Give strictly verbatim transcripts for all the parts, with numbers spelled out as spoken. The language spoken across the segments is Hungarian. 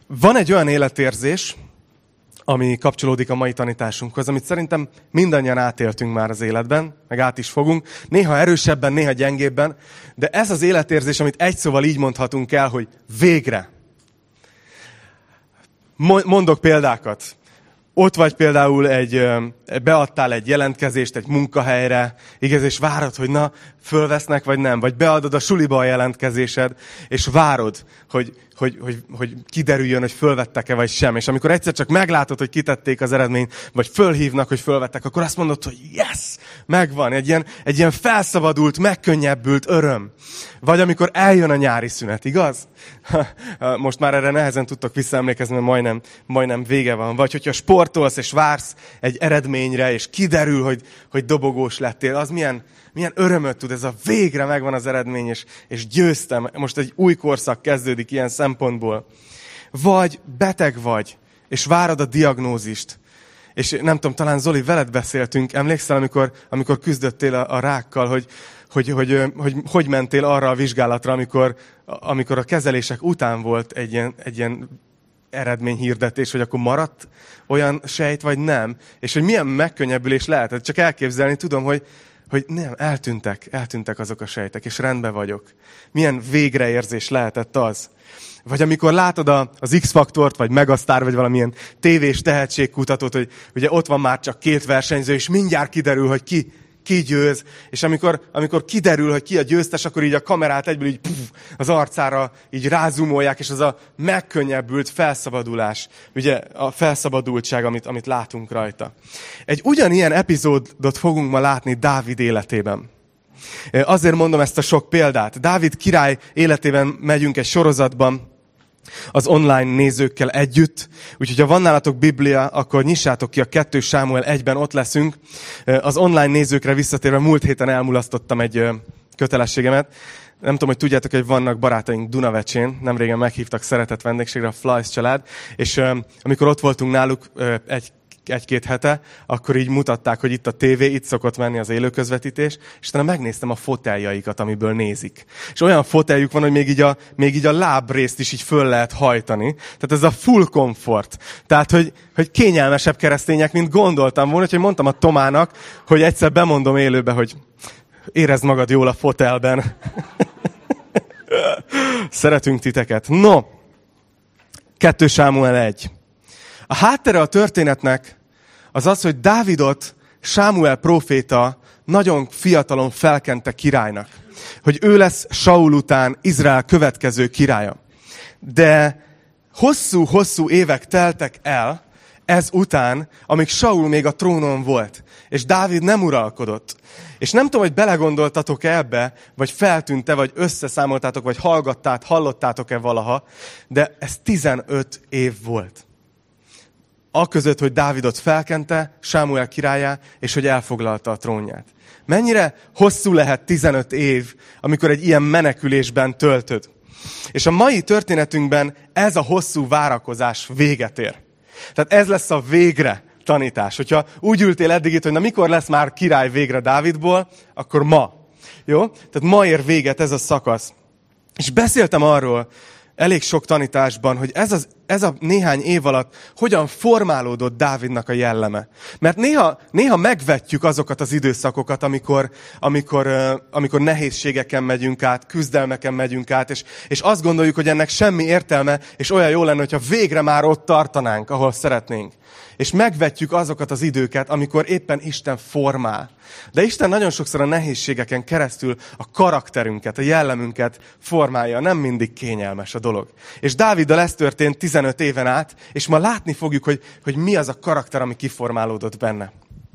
Van egy olyan életérzés, ami kapcsolódik a mai tanításunkhoz, amit szerintem mindannyian átéltünk már az életben, meg át is fogunk. Néha erősebben, néha gyengébben, de ez az életérzés, amit egy szóval így mondhatunk el, hogy végre. Mondok példákat. Ott vagy például egy, beadtál egy jelentkezést egy munkahelyre, igaz, és várod, hogy na, fölvesznek, vagy nem. Vagy beadod a suliba a jelentkezésed, és várod, hogy, hogy, hogy, hogy kiderüljön, hogy fölvettek-e, vagy sem. És amikor egyszer csak meglátod, hogy kitették az eredményt, vagy fölhívnak, hogy fölvettek, akkor azt mondod, hogy yes, megvan. Egy ilyen, egy ilyen felszabadult, megkönnyebbült öröm. Vagy amikor eljön a nyári szünet, igaz? Most már erre nehezen tudtok visszaemlékezni, mert majdnem, majdnem vége van. Vagy hogyha sportolsz, és vársz egy eredményre, és kiderül, hogy, hogy dobogós lettél, az milyen, milyen örömöt tud, ez a végre megvan az eredmény, és, és győztem. Most egy új korszak kezdődik ilyen szempontból. Vagy beteg vagy, és várod a diagnózist. És nem tudom, talán Zoli, veled beszéltünk, emlékszel, amikor, amikor küzdöttél a, a rákkal, hogy hogy, hogy, hogy hogy mentél arra a vizsgálatra, amikor, amikor a kezelések után volt egy ilyen, egy ilyen eredményhirdetés, hogy akkor maradt olyan sejt, vagy nem. És hogy milyen megkönnyebbülés lehetett. Csak elképzelni tudom, hogy, hogy nem, eltűntek, eltűntek azok a sejtek, és rendben vagyok. Milyen végreérzés lehetett az. Vagy amikor látod a, az X-faktort, vagy Megasztár, vagy valamilyen tévés tehetségkutatót, hogy ugye ott van már csak két versenyző, és mindjárt kiderül, hogy ki, ki győz. És amikor, amikor kiderül, hogy ki a győztes, akkor így a kamerát egyből így puf, az arcára így rázumolják, és az a megkönnyebbült felszabadulás, ugye a felszabadultság, amit, amit látunk rajta. Egy ugyanilyen epizódot fogunk ma látni Dávid életében. Azért mondom ezt a sok példát. Dávid király életében megyünk egy sorozatban, az online nézőkkel együtt. Úgyhogy ha van nálatok Biblia, akkor nyissátok ki a kettő Sámuel egyben, ott leszünk. Az online nézőkre visszatérve múlt héten elmulasztottam egy kötelességemet. Nem tudom, hogy tudjátok, hogy vannak barátaink Dunavecsén. Nemrégen meghívtak szeretett vendégségre, a Flajsz család. És amikor ott voltunk náluk egy egy-két hete, akkor így mutatták, hogy itt a tévé, itt szokott menni az élőközvetítés, és utána megnéztem a foteljaikat, amiből nézik. És olyan foteljük van, hogy még így a, még így a lábrészt is így föl lehet hajtani. Tehát ez a full comfort. Tehát, hogy, hogy kényelmesebb keresztények, mint gondoltam volna, úgyhogy mondtam a Tomának, hogy egyszer bemondom élőbe, hogy érezd magad jól a fotelben. Szeretünk titeket. No, kettő Sámuel egy. A háttere a történetnek az az, hogy Dávidot Sámuel próféta nagyon fiatalon felkente királynak. Hogy ő lesz Saul után Izrael következő királya. De hosszú-hosszú évek teltek el ez után, amíg Saul még a trónon volt. És Dávid nem uralkodott. És nem tudom, hogy belegondoltatok-e ebbe, vagy feltűnt-e, vagy összeszámoltátok, vagy hallgattátok, hallottátok-e valaha, de ez tizenöt év volt. Aközött, hogy Dávidot felkente, Sámuel királyá, és hogy elfoglalta a trónját. Mennyire hosszú lehet tizenöt év, amikor egy ilyen menekülésben töltöd. És a mai történetünkben ez a hosszú várakozás véget ér. Tehát ez lesz a végre tanítás. Hogyha úgy ültél eddig itt, hogy na mikor lesz már király végre Dávidból, akkor ma. Jó? Tehát ma ér véget ez a szakasz. És beszéltem arról, elég sok tanításban, hogy ez, az, ez a néhány év alatt hogyan formálódott Dávidnak a jelleme. Mert néha, néha megvetjük azokat az időszakokat, amikor, amikor, amikor nehézségeken megyünk át, küzdelmeken megyünk át, és, és azt gondoljuk, hogy ennek semmi értelme, és olyan jó lenne, hogyha végre már ott tartanánk, ahol szeretnénk. És megvetjük azokat az időket, amikor éppen Isten formál. De Isten nagyon sokszor a nehézségeken keresztül a karakterünket, a jellemünket formálja. Nem mindig kényelmes a dolog. És Dáviddal ez történt tizenöt éven át, és ma látni fogjuk, hogy, hogy mi az a karakter, ami kiformálódott benne.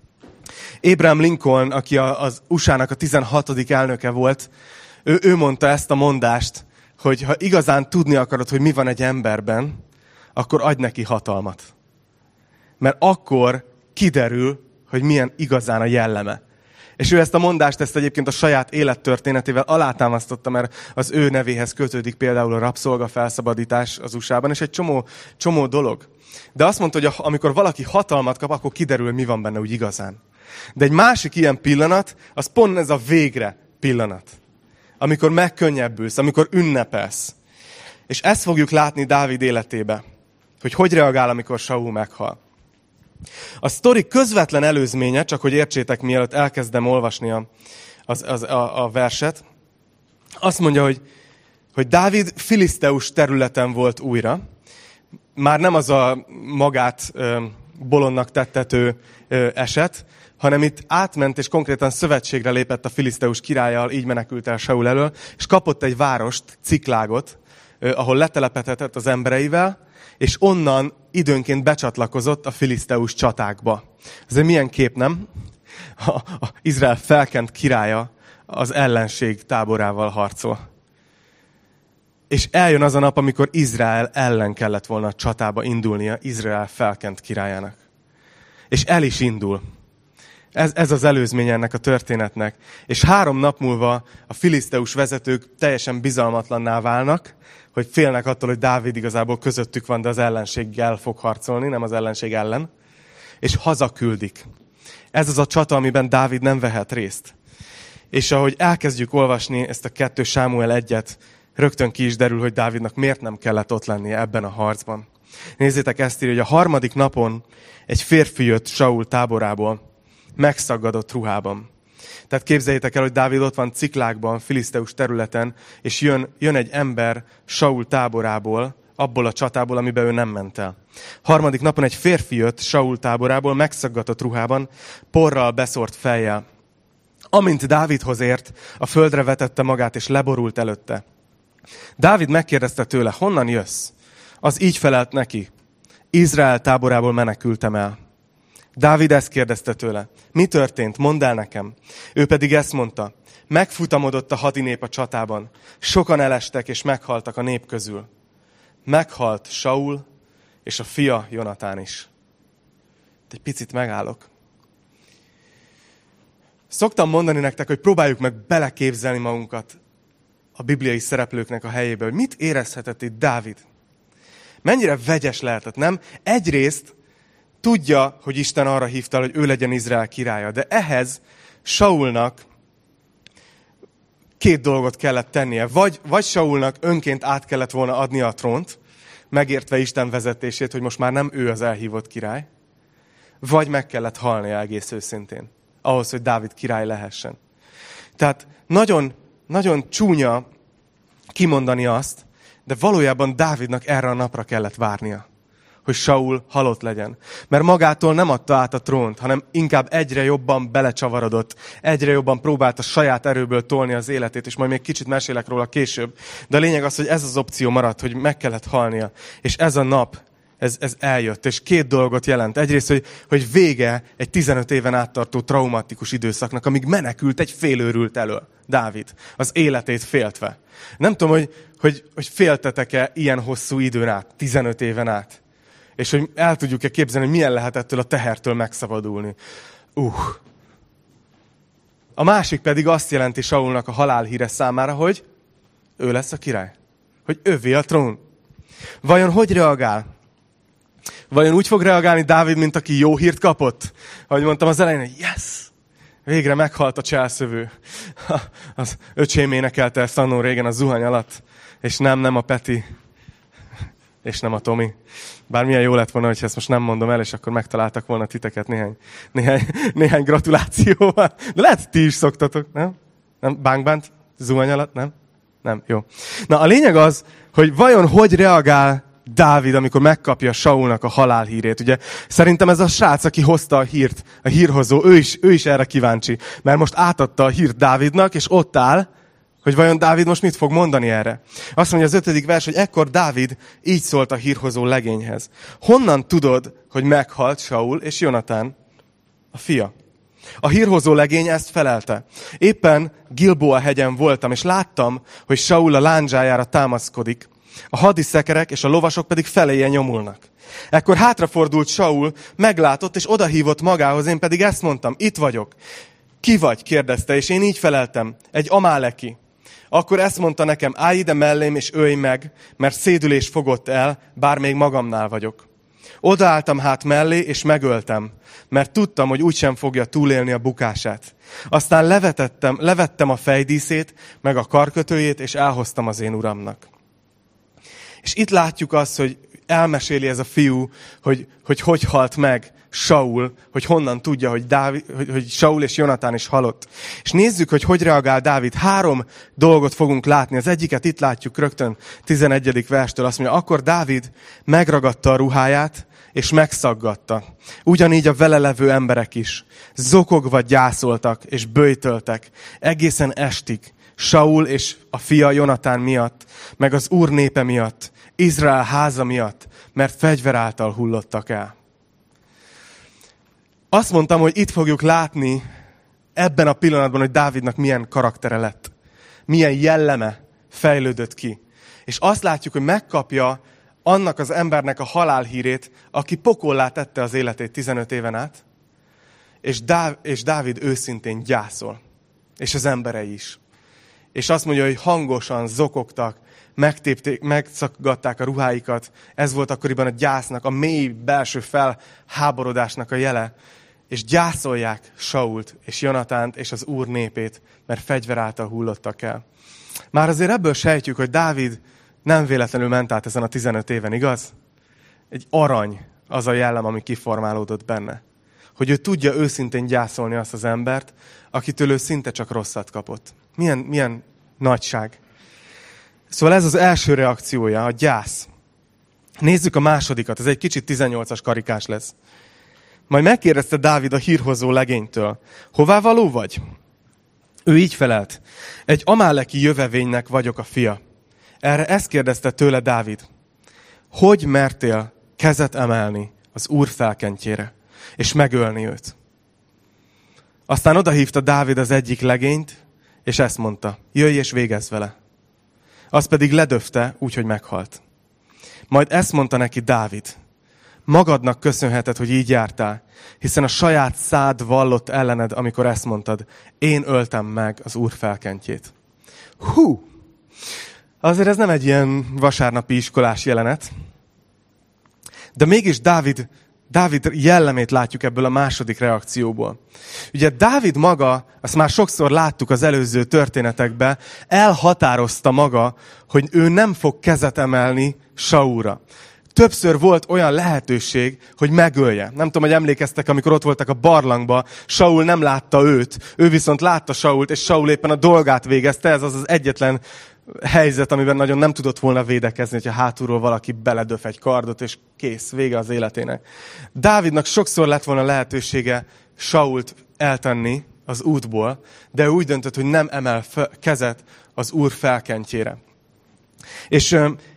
Abraham Lincoln, aki az u es á-nak a tizenhatodik elnöke volt, ő, ő mondta ezt a mondást, hogy ha igazán tudni akarod, hogy mi van egy emberben, akkor adj neki hatalmat. Mert akkor kiderül, hogy milyen igazán a jelleme. És ő ezt a mondást, ezt egyébként a saját élettörténetével alátámasztotta, mert az ő nevéhez kötődik például a rabszolga felszabadítás az u es á-ban, és egy csomó, csomó dolog. De azt mondta, hogy amikor valaki hatalmat kap, akkor kiderül, mi van benne úgy igazán. De egy másik ilyen pillanat, az pont ez a végre pillanat. Amikor megkönnyebbülsz, amikor ünnepelsz. És ezt fogjuk látni Dávid életébe. hogy hogy reagál, amikor Saul meghal. A sztori közvetlen előzménye, csak hogy értsétek, mielőtt elkezdem olvasni a, az, az, a, a verset, azt mondja, hogy, hogy Dávid filiszteus területen volt újra. Már nem az a magát ö, bolondnak tettető ö, eset, hanem itt átment és konkrétan szövetségre lépett a filiszteus királlyal, így menekült el Saul elől, és kapott egy várost, Ciklágot, ö, ahol letelepedhetett az embereivel, és onnan időnként becsatlakozott a filiszteus csatákba. Ez egy milyen kép, nem? A, a Izrael felkent királya az ellenség táborával harcol. És eljön az a nap, amikor Izrael ellen kellett volna a csatába indulnia Izrael felkent királyának. És el is indul. Ez, ez az előzmény ennek a történetnek. És három nap múlva a filiszteus vezetők teljesen bizalmatlanná válnak, hogy félnek attól, hogy Dávid igazából közöttük van, de az ellenséggel fog harcolni, nem az ellenség ellen. És hazaküldik. Ez az a csata, amiben Dávid nem vehet részt. És ahogy elkezdjük olvasni ezt a kettő Sámuel egyet, rögtön ki is derül, hogy Dávidnak miért nem kellett ott lennie ebben a harcban. Nézzétek, ezt írja, hogy a harmadik napon egy férfi jött Saul táborából, megszaggadott ruhában. Tehát képzeljétek el, hogy Dávid ott van Ciklákban, filiszteus területen, és jön, jön egy ember Saul táborából, abból a csatából, amiben ő nem ment el. Harmadik napon egy férfi jött Saul táborából, megszaggatott ruhában, porral beszórt fejjel. Amint Dávidhoz ért, a földre vetette magát, és leborult előtte. Dávid megkérdezte tőle, honnan jössz? Az így felelt neki, Izrael táborából menekültem el. Dávid ezt kérdezte tőle, mi történt, mondd el nekem. Ő pedig ezt mondta, megfutamodott a hadinép a csatában, sokan elestek és meghaltak a nép közül. Meghalt Saul és a fia Jonatán is. Egy picit megállok. Szoktam mondani nektek, hogy próbáljuk meg beleképzelni magunkat a bibliai szereplőknek a helyébe, hogy mit érezhetett itt Dávid. Mennyire vegyes lehetett, nem? Egyrészt tudja, hogy Isten arra hívta, hogy ő legyen Izrael királya, de ehhez Saulnak két dolgot kellett tennie. Vagy, vagy Saulnak önként át kellett volna adnia a trónt, megértve Isten vezetését, hogy most már nem ő az elhívott király, vagy meg kellett halnia egész őszintén, ahhoz, hogy Dávid király lehessen. Tehát nagyon, nagyon csúnya kimondani azt, de valójában Dávidnak erre a napra kellett várnia, hogy Saul halott legyen. Mert magától nem adta át a trónt, hanem inkább egyre jobban belecsavarodott, egyre jobban próbálta saját erőből tolni az életét, és majd még kicsit mesélek róla később. De a lényeg az, hogy ez az opció maradt, hogy meg kellett halnia. És ez a nap, ez, ez eljött, és két dolgot jelent. Egyrészt, hogy, hogy vége egy tizenöt éven áttartó traumatikus időszaknak, amíg menekült egy félőrült elől, Dávid, az életét féltve. Nem tudom, hogy, hogy, hogy féltetek-e ilyen hosszú időn át, tizenöt éven át. És hogy el tudjuk-e képzelni, hogy milyen lehet ettől a tehertől megszabadulni. Uh. A másik pedig azt jelenti Saulnak a halálhíre számára, hogy ő lesz a király. Hogy övé a trón. Vajon hogy reagál? Vajon úgy fog reagálni Dávid, mint aki jó hírt kapott? Ahogy mondtam az elején, hogy yes! Végre meghalt a cselszövő. Az öcsém énekelte ezt annó régen a zuhany alatt. És nem, nem a Peti. És nem a Tomi. Bár milyen jó lett volna, hogyha ezt most nem mondom el, és akkor megtaláltak volna titeket néhány, néhány, néhány gratulációval. De lehet, ti is szoktatok, nem? Nem? Bánk-bánt? Zuhany alatt? Nem? Nem? Jó. Na, a lényeg az, hogy vajon hogy reagál Dávid, amikor megkapja Saulnak a halálhírét. Ugye szerintem ez a srác, aki hozta a hírt, a hírhozó, ő is, ő is erre kíváncsi. Mert most átadta a hírt Dávidnak, és ott áll, hogy vajon Dávid most mit fog mondani erre. Azt mondja az ötödik vers, hogy ekkor Dávid így szólt a hírhozó legényhez. Honnan tudod, hogy meghalt Saul és Jonatán, a fia? A hírhozó legény ezt felelte. Éppen Gilboa hegyen voltam, és láttam, hogy Saul a lándzsájára támaszkodik, a hadiszekerek és a lovasok pedig feléje nyomulnak. Ekkor hátrafordult Saul, meglátott és odahívott magához, én pedig ezt mondtam, itt vagyok. Ki vagy? Kérdezte, és én így feleltem, egy amáleki. Akkor ezt mondta nekem, állj ide mellém és ölj meg, mert szédülés fogott el, bár még magamnál vagyok. Odaálltam hát mellé, és megöltem, mert tudtam, hogy úgysem fogja túlélni a bukását. Aztán levetettem, levettem a fejdíszét, meg a karkötőjét, és elhoztam az én uramnak. És itt látjuk azt, hogy elmeséli ez a fiú, hogy hogy, hogy halt meg Saul, hogy honnan tudja, hogy, Dávid, hogy, hogy Saul és Jonatán is halott. És nézzük, hogy hogy reagál Dávid. Három dolgot fogunk látni. Az egyiket itt látjuk rögtön tizenegyedik verstől. Azt mondja, akkor Dávid megragadta a ruháját, és megszaggatta. Ugyanígy a vele levő emberek is. Zokogva gyászoltak, és böjtöltek. Egészen estig. Saul és a fia Jonatán miatt, meg az Úr népe miatt, Izrael háza miatt, mert fegyver által hullottak el. Azt mondtam, hogy itt fogjuk látni ebben a pillanatban, hogy Dávidnak milyen karaktere lett. Milyen jelleme fejlődött ki. És azt látjuk, hogy megkapja annak az embernek a halálhírét, aki pokollá tette az életét tizenöt éven át, és, Dáv- és Dávid őszintén gyászol. És az emberei is. És azt mondja, hogy hangosan zokogtak, megtépték, megszaggatták a ruháikat. Ez volt akkoriban a gyásznak, a mély belső felháborodásnak a jele. És gyászolják Sault és Jonatánt és az Úr népét, mert fegyver által hullottak el. Már azért ebből sejtjük, hogy Dávid nem véletlenül ment át ezen a tizenöt éven, igaz? Egy arany az a jellem, ami kiformálódott benne. Hogy ő tudja őszintén gyászolni azt az embert, akitől ő szinte csak rosszat kapott. Milyen, milyen nagyság. Szóval ez az első reakciója, a gyász. Nézzük a másodikat, ez egy kicsit tizennyolcas karikás lesz. Majd megkérdezte Dávid a hírhozó legénytől, hová való vagy? Ő így felelt, egy amáleki jövevénynek vagyok a fia. Erre ezt kérdezte tőle Dávid, hogy mertél kezet emelni az Úr felkentjére, és megölni őt? Aztán odahívta Dávid az egyik legényt, és ezt mondta, jöjj és végezz vele. Az pedig ledöfte, úgyhogy meghalt. Majd ezt mondta neki Dávid, magadnak köszönheted, hogy így jártál, hiszen a saját szád vallott ellened, amikor ezt mondtad, én öltem meg az Úr felkentjét. Hú! Azért ez nem egy ilyen vasárnapi iskolás jelenet, de mégis Dávid, Dávid jellemét látjuk ebből a második reakcióból. Ugye Dávid maga, azt már sokszor láttuk az előző történetekben, elhatározta maga, hogy ő nem fog kezet emelni Saulra. Többször volt olyan lehetőség, hogy megölje. Nem tudom, hogy emlékeztek, amikor ott voltak a barlangba, Saul nem látta őt, ő viszont látta Sault, és Saul éppen a dolgát végezte. Ez az az egyetlen helyzet, amiben nagyon nem tudott volna védekezni, hogyha hátulról valaki beledöf egy kardot, és kész, vége az életének. Dávidnak sokszor lett volna lehetősége Sault eltenni az útból, de ő úgy döntött, hogy nem emel kezet az Úr felkentjére. És...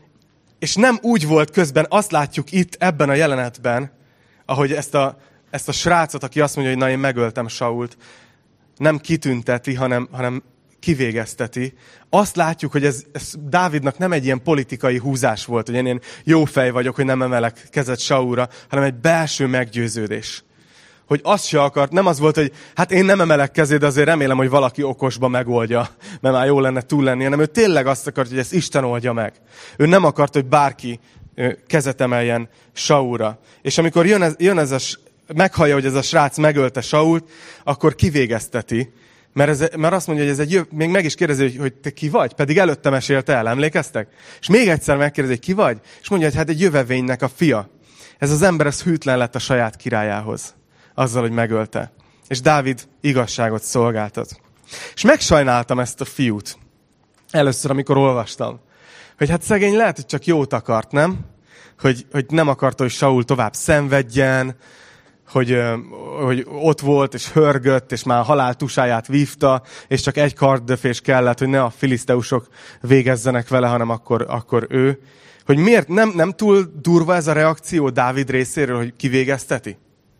És nem úgy volt közben, azt látjuk itt, ebben a jelenetben, ahogy ezt a, ezt a srácot, aki azt mondja, hogy na, én megöltem Sault, nem kitünteti, hanem, hanem kivégezteti. Azt látjuk, hogy ez, ez Dávidnak nem egy ilyen politikai húzás volt, hogy én ilyen jó fej vagyok, hogy nem emelek kezet Saulra, hanem egy belső meggyőződés. Hogy azt se akart, nem az volt, hogy hát én nem emelek kezét, de azért remélem, hogy valaki okosba megoldja, mert már jó lenne túl lenni, hanem ő tényleg azt akart, hogy ezt Isten oldja meg. Ő nem akart, hogy bárki kezet emeljen Saulra. És amikor jön ez, jön ez a, meghallja, hogy ez a srác megölte Sault, akkor kivégezteti, mert, ez, mert azt mondja, hogy ez egy jöv, még meg is kérdezi, hogy, hogy te ki vagy, pedig előtte mesélte el, emlékeztek? És még egyszer megkérdezi, hogy ki vagy, és mondja, hogy hát egy jövevénynek a fia. Ez az ember, ez hűtlen lett a saját királyához. Azzal, hogy megölte. És Dávid igazságot szolgáltat. És megsajnáltam ezt a fiút. Először, amikor olvastam. Hogy hát szegény lehet, hogy csak jót akart, nem? Hogy, hogy nem akarta, hogy Saul tovább szenvedjen, hogy, hogy ott volt, és hörgött, és már a halál tusáját vívta, és csak egy karddöfés kellett, hogy ne a filiszteusok végezzenek vele, hanem akkor, akkor ő. Hogy miért nem, nem túl durva ez a reakció Dávid részéről, hogy kivégezteti?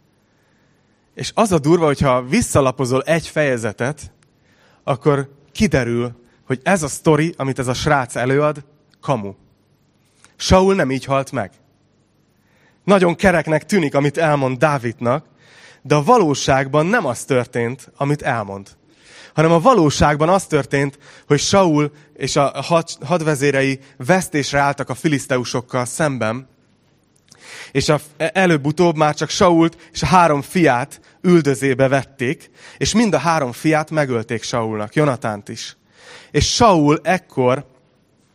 És az a durva, hogyha visszalapozol egy fejezetet, akkor kiderül, hogy ez a sztori, amit ez a srác előad, kamu. Saul nem így halt meg. Nagyon kereknek tűnik, amit elmond Dávidnak, de a valóságban nem az történt, amit elmond. Hanem a valóságban az történt, hogy Saul és a had, hadvezérei vesztésre álltak a filiszteusokkal szemben, és a, előbb-utóbb már csak Sault és a három fiát üldözébe vették, és mind a három fiát megölték Saulnak, Jonatánt is. És Saul ekkor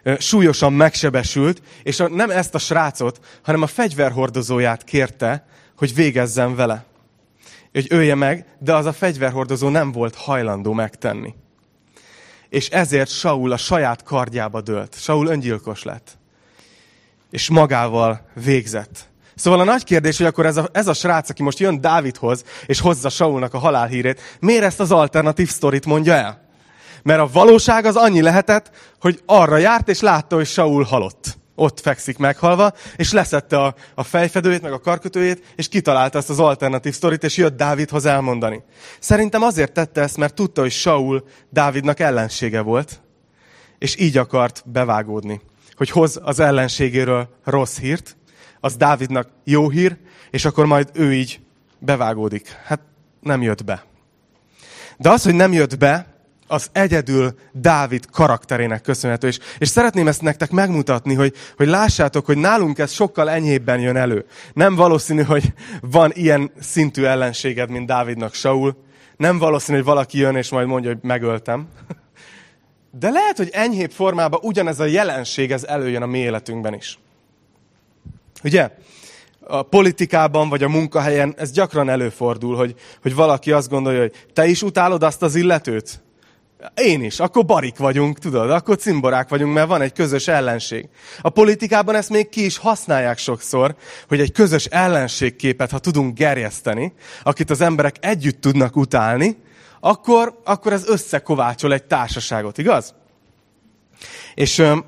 súlyosan megsebesült, és nem ezt a srácot, hanem a fegyverhordozóját kérte, hogy végezzen vele. Hogy ölje meg, de az a fegyverhordozó nem volt hajlandó megtenni. És ezért Saul a saját kardjába dőlt. Saul öngyilkos lett. És magával végzett. Szóval a nagy kérdés, hogy akkor ez a, ez a srác, aki most jön Dávidhoz, és hozza Saulnak a halálhírét, miért ezt az alternatív sztorit mondja el? Mert a valóság az annyi lehetett, hogy arra járt, és látta, hogy Saul halott. Ott fekszik meghalva, és leszette a, a fejfedőjét, meg a karkötőjét, és kitalálta ezt az alternatív sztorit, és jött Dávidhoz elmondani. Szerintem azért tette ezt, mert tudta, hogy Saul Dávidnak ellensége volt, és így akart bevágódni. Hogy hoz az ellenségéről rossz hírt, az Dávidnak jó hír, és akkor majd ő így bevágódik. Hát nem jött be. De az, hogy nem jött be, az egyedül Dávid karakterének köszönhető. És, és szeretném ezt nektek megmutatni, hogy, hogy lássátok, hogy nálunk ez sokkal enyhébben jön elő. Nem valószínű, hogy van ilyen szintű ellenséged, mint Dávidnak Saul. Nem valószínű, hogy valaki jön, és majd mondja, hogy megöltem. De lehet, hogy enyhébb formában ugyanez a jelenség ez előjön a mi életünkben is. Ugye? A politikában vagy a munkahelyen ez gyakran előfordul, hogy, hogy valaki azt gondolja, hogy te is utálod azt az illetőt? Én is. Akkor barik vagyunk, tudod? Akkor cimborák vagyunk, mert van egy közös ellenség. A politikában ezt még ki is használják sokszor, hogy egy közös ellenségképet, ha tudunk gerjeszteni, akit az emberek együtt tudnak utálni, akkor, akkor ez összekovácsol egy társaságot, igaz? És öm,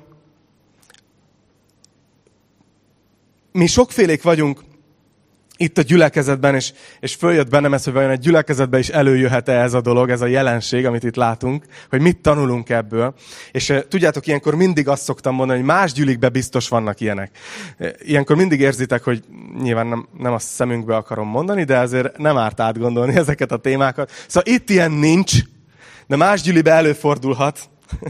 mi sokfélék vagyunk itt a gyülekezetben, és, és följött bennem ez, hogy vajon egy gyülekezetben is előjöhet-e ez a dolog, ez a jelenség, amit itt látunk, hogy mit tanulunk ebből. És e, tudjátok, ilyenkor mindig azt szoktam mondani, hogy más gyülikben biztos vannak ilyenek. Ilyenkor mindig érzitek, hogy nyilván nem, nem a szemünkbe akarom mondani, de azért nem árt átgondolni ezeket a témákat. Szóval itt ilyen nincs, de más gyüliben előfordulhat,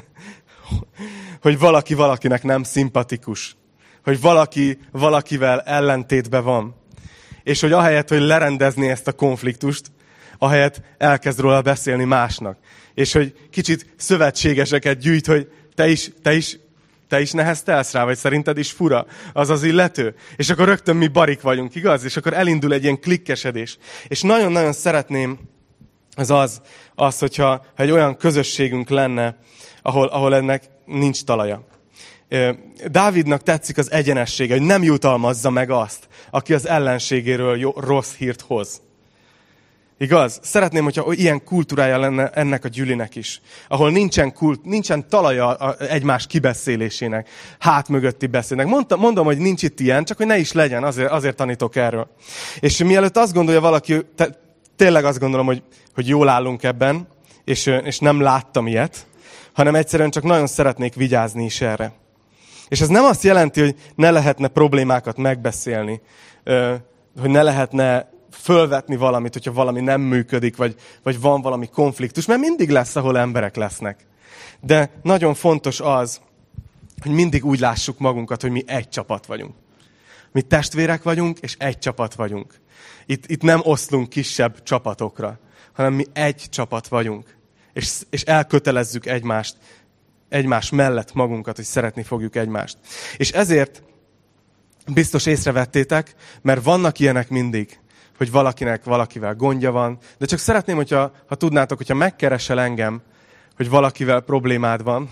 hogy valaki valakinek nem szimpatikus. Hogy valaki valakivel ellentétben van. És hogy ahelyett, hogy lerendezni ezt a konfliktust, ahelyett elkezd róla beszélni másnak. És hogy kicsit szövetségeseket gyűjt, hogy te is, te is, te is neheztelsz rá, vagy szerinted is fura az az illető. És akkor rögtön mi barik vagyunk, igaz? És akkor elindul egy ilyen klikkesedés. És nagyon-nagyon szeretném az az, az hogyha ha egy olyan közösségünk lenne, ahol, ahol ennek nincs talaja. Dávidnak tetszik az egyenessége, hogy nem jutalmazza meg azt, aki az ellenségéről jó, rossz hírt hoz. Igaz? Szeretném, hogyha ilyen kultúrája lenne ennek a gyülinek is. Ahol nincsen, kult, nincsen talaja egymás kibeszélésének, hát mögötti beszélnek. Mondtam, mondom, hogy nincs itt ilyen, csak hogy ne is legyen, azért, azért tanítok erről. És mielőtt azt gondolja valaki, te, tényleg azt gondolom, hogy, hogy jól állunk ebben, és, és nem láttam ilyet, hanem egyszerűen csak nagyon szeretnék vigyázni is erre. És ez nem azt jelenti, hogy ne lehetne problémákat megbeszélni, hogy ne lehetne fölvetni valamit, hogyha valami nem működik, vagy, vagy van valami konfliktus, mert mindig lesz, ahol emberek lesznek. De nagyon fontos az, hogy mindig úgy lássuk magunkat, hogy mi egy csapat vagyunk. Mi testvérek vagyunk, és egy csapat vagyunk. Itt, itt nem oszlunk kisebb csapatokra, hanem mi egy csapat vagyunk. És, és elkötelezzük egymást, egymás mellett magunkat, hogy szeretni fogjuk egymást. És ezért biztos észrevettétek, mert vannak ilyenek mindig, hogy valakinek valakivel gondja van, de csak szeretném, hogyha, ha tudnátok, hogyha megkeresel engem, hogy valakivel problémád van,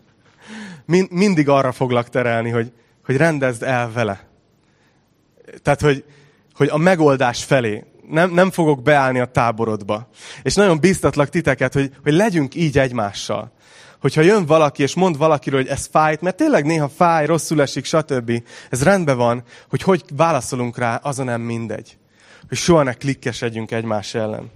mindig arra foglak terelni, hogy, hogy rendezd el vele. Tehát, hogy, hogy a megoldás felé. Nem, nem fogok beállni a táborodba. És nagyon bíztatlak titeket, hogy, hogy legyünk így egymással. Hogyha jön valaki, és mond valakiről, hogy ez fájt, mert tényleg néha fáj, rosszul esik, stb. Ez rendben van, hogy hogy válaszolunk rá, azon nem mindegy. Hogy soha ne klikkesedjünk egymás ellen.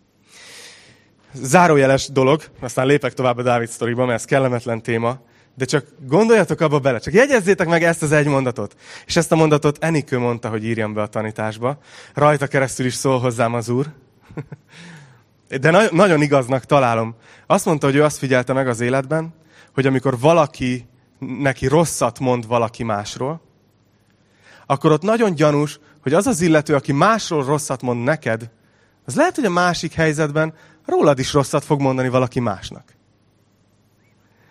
Zárójeles dolog, aztán lépek tovább a Dávid sztoriba, mert ez kellemetlen téma, de csak gondoljatok abba bele, csak jegyezzétek meg ezt az egy mondatot. És ezt a mondatot Enikő mondta, hogy írjam be a tanításba. Rajta keresztül is szól hozzám az Úr. De na- nagyon igaznak találom. Azt mondta, hogy ő azt figyelte meg az életben, hogy amikor valaki neki rosszat mond valaki másról, akkor ott nagyon gyanús, hogy az az illető, aki másról rosszat mond neked, az lehet, hogy a másik helyzetben rólad is rosszat fog mondani valaki másnak.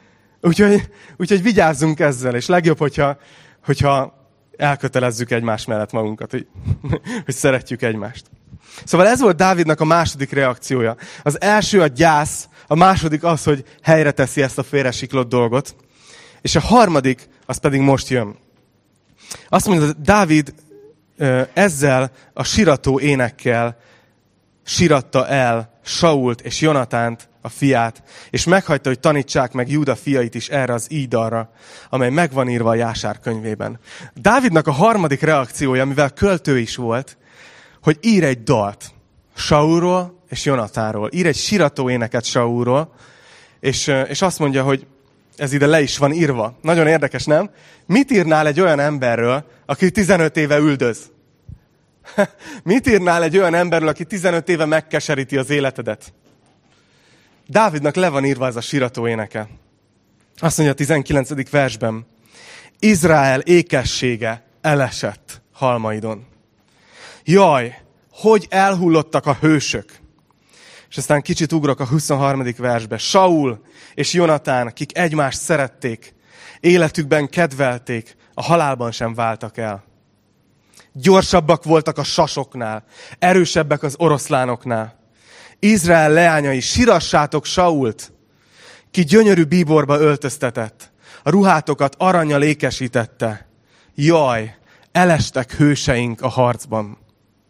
Úgyhogy, úgyhogy vigyázzunk ezzel, és legjobb, hogyha, hogyha elkötelezzük egymás mellett magunkat, hogy, hogy szeretjük egymást. Szóval ez volt Dávidnak a második reakciója. Az első a gyász, a második az, hogy helyre teszi ezt a félresiklott dolgot, és a harmadik, az pedig most jön. Azt mondja, hogy Dávid ezzel a sirató énekkel siratta el Sault és Jonatánt, a fiát, és meghagyta, hogy tanítsák meg Júda fiait is erre az íjdalra, amely meg van írva a Jásár könyvében. Dávidnak a harmadik reakciója, mivel költő is volt, hogy ír egy dalt Saulról és Jonatánról. Ír egy sirató éneket Saulról, és, és azt mondja, hogy ez ide le is van írva. Nagyon érdekes, nem? Mit írnál egy olyan emberről, aki tizenöt éve üldöz? Mit írnál egy olyan emberről, aki tizenöt éve megkeseríti az életedet? Dávidnak le van írva ez a sirató éneke. Azt mondja a tizenkilencedik versben. Izrael ékessége elesett halmaidon. Jaj, hogy elhullottak a hősök. És aztán kicsit ugrok a huszonharmadik versbe. Saul és Jonatán, akik egymást szerették, életükben kedvelték, a halálban sem váltak el. Gyorsabbak voltak a sasoknál, erősebbek az oroszlánoknál. Izrael leányai, sirassátok Sault, ki gyönyörű bíborba öltöztetett, a ruhátokat arannyal ékesítette. Jaj, elestek hőseink a harcban.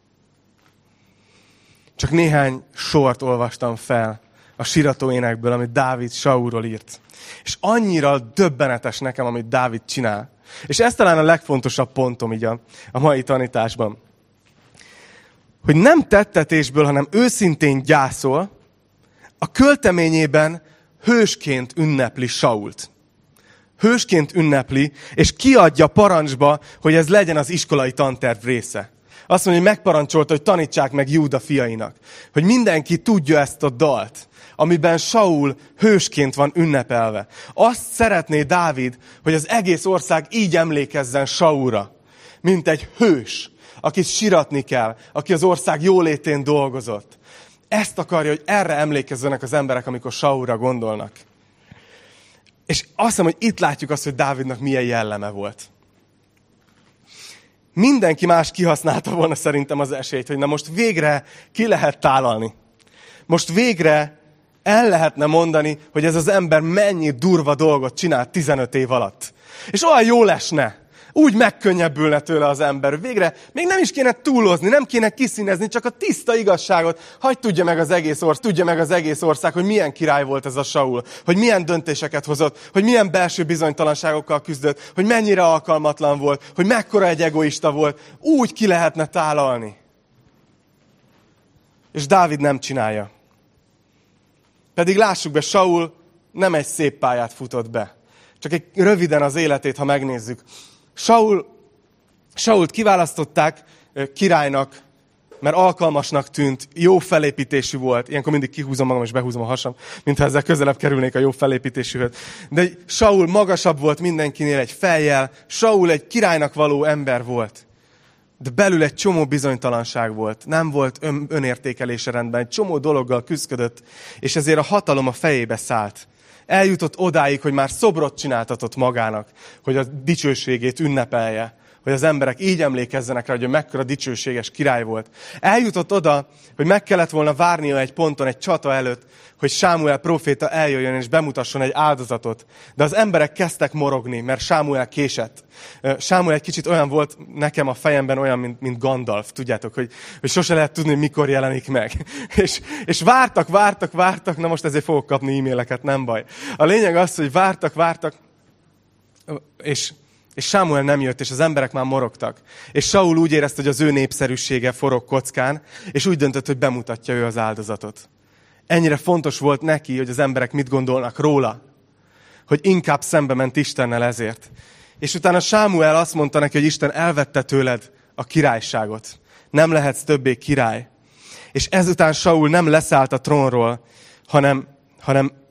Csak néhány sort olvastam fel a sirató énekből, amit Dávid Saulról írt. És annyira döbbenetes nekem, amit Dávid csinál. És ez talán a legfontosabb pontom így a, a mai tanításban. Hogy nem tettetésből, hanem őszintén gyászol, a költeményében hősként ünnepli Sault. Hősként ünnepli, és kiadja parancsba, hogy ez legyen az iskolai tanterv része. Azt mondja, hogy megparancsolta, hogy tanítsák meg Júda fiainak. Hogy mindenki tudja ezt a dalt, amiben Saul hősként van ünnepelve. Azt szeretné Dávid, hogy az egész ország így emlékezzen Saulra, mint egy hős, akit siratni kell, aki az ország jólétén dolgozott. Ezt akarja, hogy erre emlékezzenek az emberek, amikor Saulra gondolnak. És azt hiszem, hogy itt látjuk azt, hogy Dávidnak milyen jelleme volt. Mindenki más kihasználta volna szerintem az esélyt, hogy na most végre ki lehet tálalni. Most végre el lehetne mondani, hogy ez az ember mennyi durva dolgot csinált tizenöt év alatt. És olyan jól esne. Úgy megkönnyebbülne tőle az ember. Végre még nem is kéne túlozni, nem kéne kiszínezni, csak a tiszta igazságot. Hagy tudja meg az egész ország, tudja meg az egész ország, hogy milyen király volt ez a Saul, hogy milyen döntéseket hozott, hogy milyen belső bizonytalanságokkal küzdött, hogy mennyire alkalmatlan volt, hogy mekkora egy egoista volt. Úgy ki lehetne tálalni. És Dávid nem csinálja. Pedig lássuk be, Saul nem egy szép pályát futott be. Csak egy röviden az életét, ha megnézzük. Saul, Sault kiválasztották királynak, mert alkalmasnak tűnt, jó felépítésű volt. Ilyenkor mindig kihúzom magam és behúzom a hasam, mintha ezzel közelebb kerülnék a jó felépítésűhöz. De Saul magasabb volt mindenkinél egy fejjel, Saul egy királynak való ember volt. De belül egy csomó bizonytalanság volt. Nem volt ön, önértékelése rendben, egy csomó dologgal küzdött, és ezért a hatalom a fejébe szállt. Eljutott odáig, hogy már szobrot csináltatott magának, hogy a dicsőségét ünnepelje, hogy az emberek így emlékezzenek rá, hogy mekkora dicsőséges király volt. Eljutott oda, hogy meg kellett volna várnia egy ponton, egy csata előtt, hogy Sámuel próféta eljöjjön és bemutasson egy áldozatot. De az emberek kezdtek morogni, mert Sámuel késett. Sámuel egy kicsit olyan volt nekem a fejemben, olyan, mint, mint Gandalf. Tudjátok, hogy, hogy sose lehet tudni, hogy mikor jelenik meg. és, és vártak, vártak, vártak, na most ezért fogok kapni e-maileket, nem baj. A lényeg az, hogy vártak, vártak, és... És Sámuel nem jött, és az emberek már morogtak. És Saul úgy érezte, hogy az ő népszerűsége forog kockán, és úgy döntött, hogy bemutatja ő az áldozatot. Ennyire fontos volt neki, hogy az emberek mit gondolnak róla, hogy inkább szembe ment Istennel ezért. És utána Sámuel azt mondta neki, hogy Isten elvette tőled a királyságot. Nem lehetsz többé király. És ezután Saul nem leszállt a trónról, hanem, hanem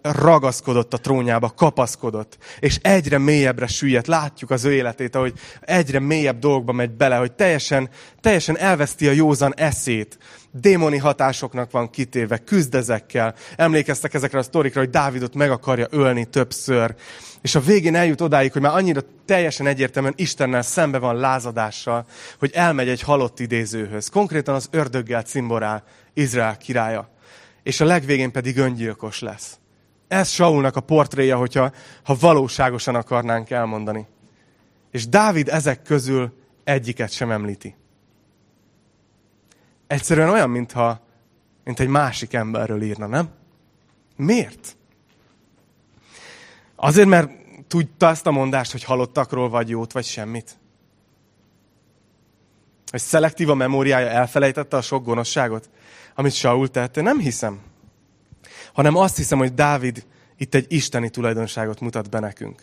ragaszkodott a trónjába, kapaszkodott, és egyre mélyebbre süllyedt. Látjuk az ő életét, ahogy egyre mélyebb dolgokba megy bele, hogy teljesen, teljesen elveszti a józan eszét. Démoni hatásoknak van kitéve, küzd ezekkel. Emlékeztek ezekre a sztorikra, hogy Dávidot meg akarja ölni többször. És a végén eljut odáig, hogy már annyira teljesen egyértelműen Istennel szembe van lázadással, hogy elmegy egy halott idézőhöz. Konkrétan az ördöggel cimborál Izrael királya. És a legvégén pedig öngyilkos lesz. Ez Saulnak a portréja, hogyha ha valóságosan akarnánk elmondani. És Dávid ezek közül egyiket sem említi. Egyszerűen olyan, mintha, mint egy másik emberről írna, nem? Miért? Azért, mert tudta azt a mondást, hogy halottakról vagy jót, vagy semmit? Hogy szelektív a memóriája, elfelejtette a sok gonoszságot, amit Saul tett? Én nem hiszem. Hanem azt hiszem, hogy Dávid itt egy isteni tulajdonságot mutat be nekünk.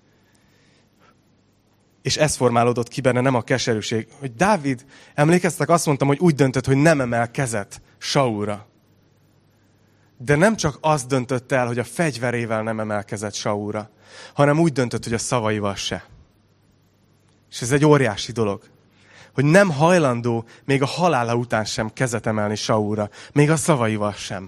És ez formálódott ki benne, nem a keserűség. Hogy Dávid, emlékeztek, azt mondtam, hogy úgy döntött, hogy nem emel kezet Saulra. De nem csak azt döntött el, hogy a fegyverével nem emelkezett Saulra, hanem úgy döntött, hogy a szavaival se. És ez egy óriási dolog. Hogy nem hajlandó még a halála után sem kezet emelni Saulra, még a szavaival sem.